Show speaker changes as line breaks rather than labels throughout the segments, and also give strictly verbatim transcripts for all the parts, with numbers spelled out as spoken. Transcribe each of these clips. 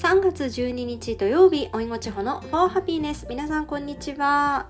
さんがつじゅうににち土曜日、おいごちほの For Happiness。 皆さんこんにちは。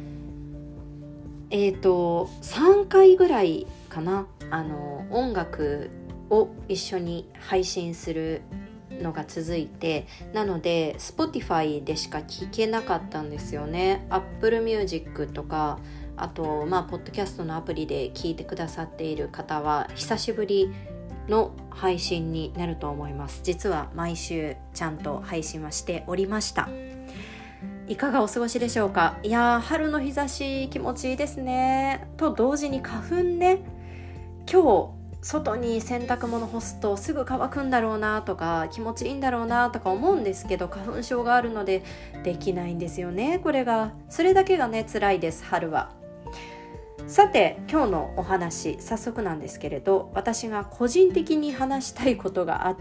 えっとさんかいぐらいかな、あの音楽を一緒に配信するのが続いて、なので Spotify でしか聞けなかったんですよね。 Apple Music とか、あとまあポッドキャストのアプリで聞いてくださっている方は久しぶりの配信になると思います。実は毎週ちゃんと配信はしておりました。いかがお過ごしでしょうか。いやー、春の日差し気持ちいいですね。と同時に花粉ね、今日外に洗濯物干すとすぐ乾くんだろうなとか、気持ちいいんだろうなとか思うんですけど、花粉症があるのでできないんですよね。これがそれだけがね辛いです、春は。さて今日のお話、早速なんですけれど、私が個人的に話したいことがあって、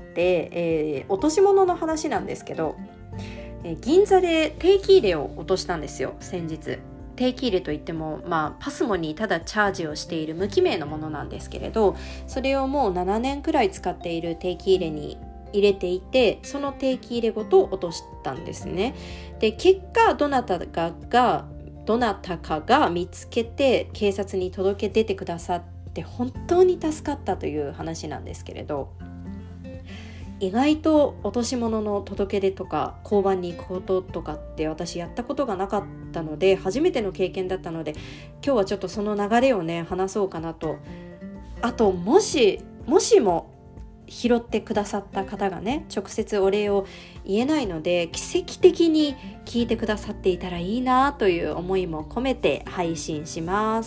えー、落とし物の話なんですけど、えー、銀座で定期入れを落としたんですよ、先日。定期入れといっても、まあ、パスモにただチャージをしている無記名のものなんですけれど、それをもうななねんくらい使っている定期入れに入れていて、その定期入れごと落としたんですね。で、結果どなたかがどなたかが見つけて警察に届け出てくださって本当に助かったという話なんですけれど、意外と落とし物の届け出とか交番に行くこととかって私やったことがなかったので、初めての経験だったので、今日はちょっとその流れをね話そうかなと。あともしもしも拾ってくださった方がね、直接お礼を言えないので、奇跡的に聞いてくださっていたらいいなという思いも込めて配信します。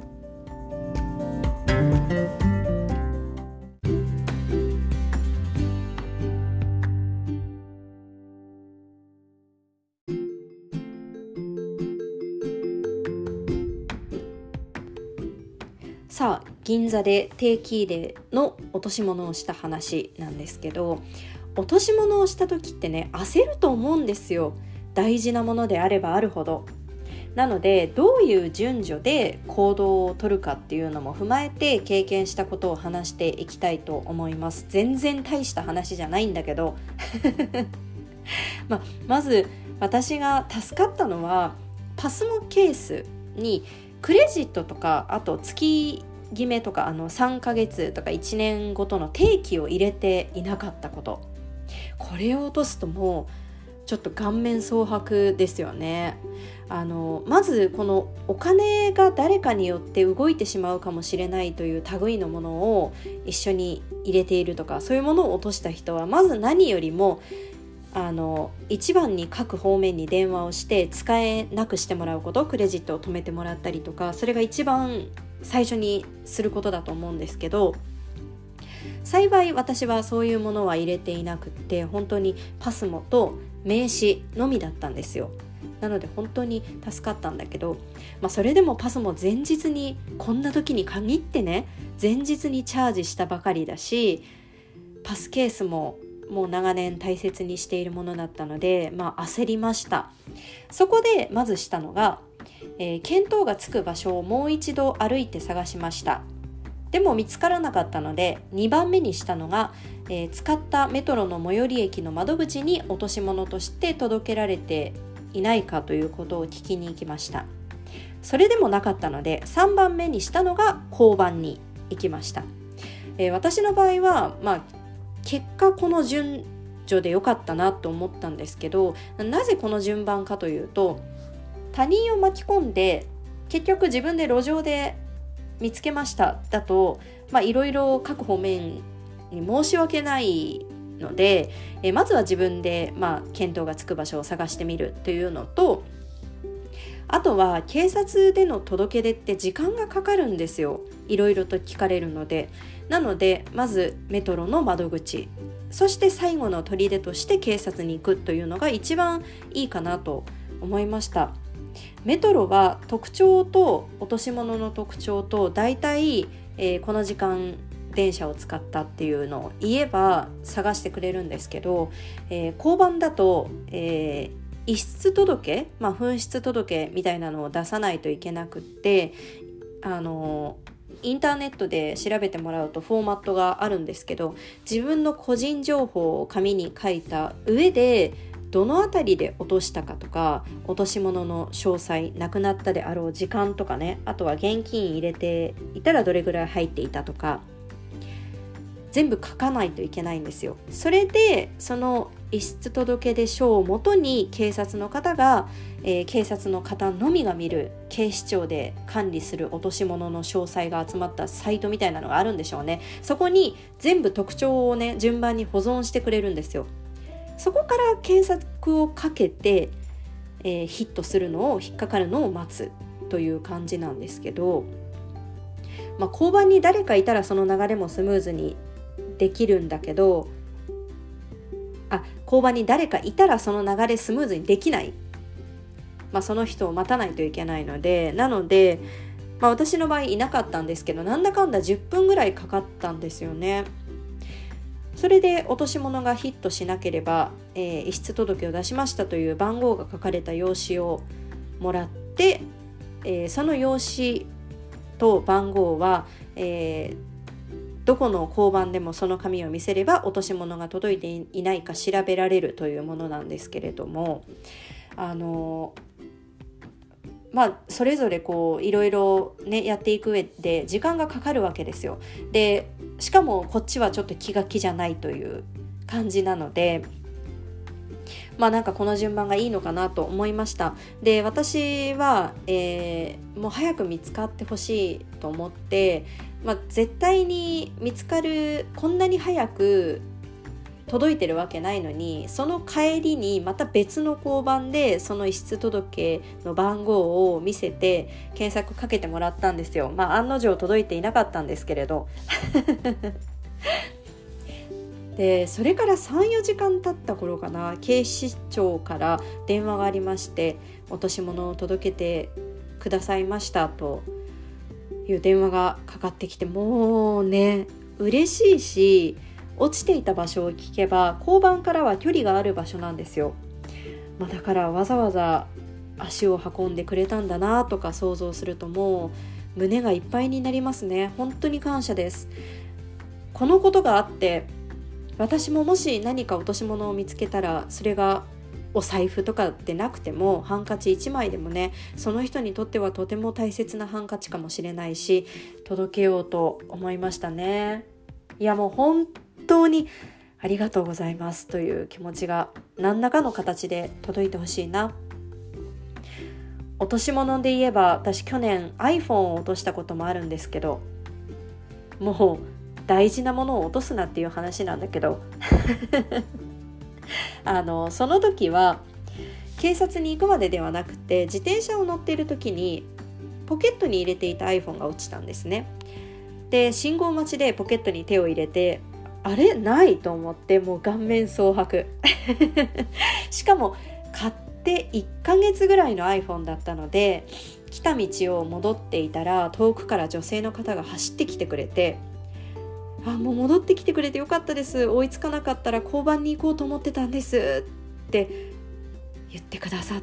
さあ、銀座で定期入れの落とし物をした話なんですけど、落とし物をした時ってね、焦ると思うんですよ。大事なものであればあるほど。なので、どういう順序で行動を取るかっていうのも踏まえて、経験したことを話していきたいと思います。全然大した話じゃないんだけどま, まず私が助かったのは、パスモケースにクレジットとか、あと月決めとか、あのさんかげつとかいちねんごとの定期を入れていなかったこと。これを落とすともうちょっと顔面蒼白ですよね。あのまずこのお金が誰かによって動いてしまうかもしれないという類のものを一緒に入れているとか、そういうものを落とした人はまず何よりもあの一番に各方面に電話をして使えなくしてもらうこと、クレジットを止めてもらったりとか、それが一番最初にすることだと思うんですけど、幸い私はそういうものは入れていなくって、本当にパスモと名刺のみだったんですよ。なので本当に助かったんだけど、まあ、それでもパスモ前日に、こんな時に限ってね、前日にチャージしたばかりだし、パスケースももう長年大切にしているものだったので、まあ、焦りました。そこでまずしたのが、えー、見当がつく場所をもう一度歩いて探しました。でも見つからなかったので、にばんめにしたのが、えー、使ったメトロの最寄り駅の窓口に落とし物として届けられていないかということを聞きに行きました。それでもなかったので、さんばんめにしたのが交番に行きました。えー、私の場合は、まあ結果この順序で良かったなと思ったんですけど、なぜこの順番かというと、他人を巻き込んで結局自分で路上で見つけましただと、まあいろいろ各方面に申し訳ないので、えまずは自分で、まあ、見当がつく場所を探してみるというのと、あとは警察での届け出って時間がかかるんですよ。いろいろと聞かれるので。なのでまずメトロの窓口、そして最後の砦として警察に行くというのが一番いいかなと思いました。メトロは特徴と落とし物の特徴とだいたい、えー、この時間電車を使ったっていうのを言えば探してくれるんですけど、えー、交番だと、えー遺失届、まあ、紛失届みたいなのを出さないといけなくって、あのインターネットで調べてもらうとフォーマットがあるんですけど、自分の個人情報を紙に書いた上でどのあたりで落としたかとか、落とし物の詳細、なくなったであろう時間とかね、あとは現金入れていたらどれぐらい入っていたとか、全部書かないといけないんですよ。それでその遺失届出書をもとに警察の方が、えー、警察の方のみが見る警視庁で管理する落とし物の詳細が集まったサイトみたいなのがあるんでしょうね。そこに全部特徴をね順番に保存してくれるんですよ。そこから検索をかけて、えー、ヒットするのを引っかかるのを待つという感じなんですけど、まあ、交番に誰かいたらその流れもスムーズにできるんだけど、あ、交番に誰かいたらその流れスムーズにできない、まあ、その人を待たないといけないので、なので、まあ、私の場合いなかったんですけど、なんだかんだじゅっぷんぐらいかかったんですよね。それで落とし物がヒットしなければ、えー、遺失届を出しましたという番号が書かれた用紙をもらって、えー、その用紙と番号は、えーどこの交番でもその紙を見せれば落とし物が届いていないか調べられるというものなんですけれども、あのまあそれぞれこういろいろねやっていく上で時間がかかるわけですよ。でしかもこっちはちょっと気が気じゃないという感じなので、まあなんかこの順番がいいのかなと思いました。で私は、えー、もう早く見つかってほしいと思って、まあ、絶対に見つかる、こんなに早く届いてるわけないのに、その帰りにまた別の交番でその遺失届の番号を見せて検索かけてもらったんですよ。まあ案の定届いていなかったんですけれどでそれから さんよじかん経った頃かな、警視庁から電話がありまして、落とし物を届けてくださいましたという電話がかかってきて、もうね嬉しいし、落ちていた場所を聞けば交番からは距離がある場所なんですよ。まあ、だからわざわざ足を運んでくれたんだなとか想像すると、もう胸がいっぱいになりますね。本当に感謝です。このことがあって私ももし何か落とし物を見つけたら、それがお財布とかでなくてもハンカチいちまいでもね、その人にとってはとても大切なハンカチかもしれないし、届けようと思いましたね。いやもう本当にありがとうございますという気持ちが何らかの形で届いてほしいな。落とし物で言えば、私去年 iPhone を落としたこともあるんですけど、もう大事なものを落とすなっていう話なんだけどあのその時は警察に行くまでではなくて、自転車を乗っている時にポケットに入れていた iPhone が落ちたんですね。で信号待ちでポケットに手を入れて、あれないと思って、もう顔面蒼白しかも買っていっかげつぐらいの iPhone だったので、来た道を戻っていたら遠くから女性の方が走ってきてくれて、あ、もう戻ってきてくれてよかったです、追いつかなかったら交番に行こうと思ってたんですって言ってくださって、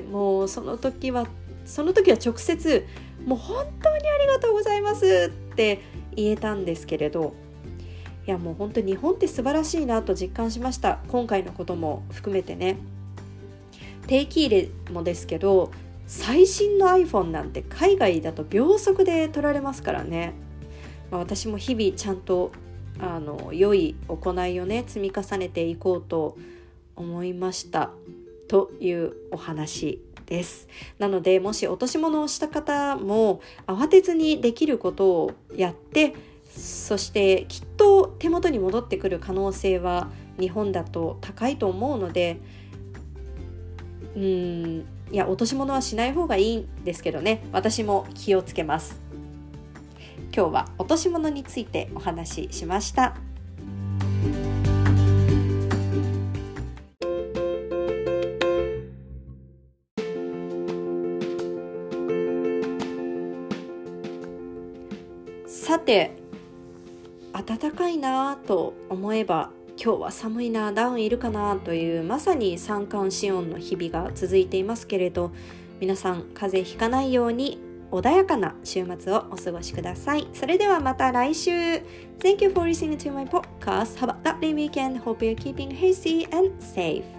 もうその時はその時は直接もう本当にありがとうございますって言えたんですけれど、いやもう本当に日本って素晴らしいなと実感しました。今回のことも含めてね、定期入れもですけど、最新の iPhone なんて海外だと秒速で取られますからね。まあ、私も日々ちゃんとあの良い行いをね積み重ねていこうと思いましたというお話です。なのでもし落とし物をした方も慌てずにできることをやって、そしてきっと手元に戻ってくる可能性は日本だと高いと思うので、うーんいや落とし物はしない方がいいんですけどね、私も気をつけます。今日は落とし物についてお話ししました。さて、暖かいなと思えば今日は寒いな、ダウンいるかなという、まさに三寒四温の日々が続いていますけれど、皆さん風邪ひかないように穏やかな週末をお過ごしください。それではまた来週。Thank you for listening to my podcast. Have a lovely weekend. Hope you're keeping healthy and safe.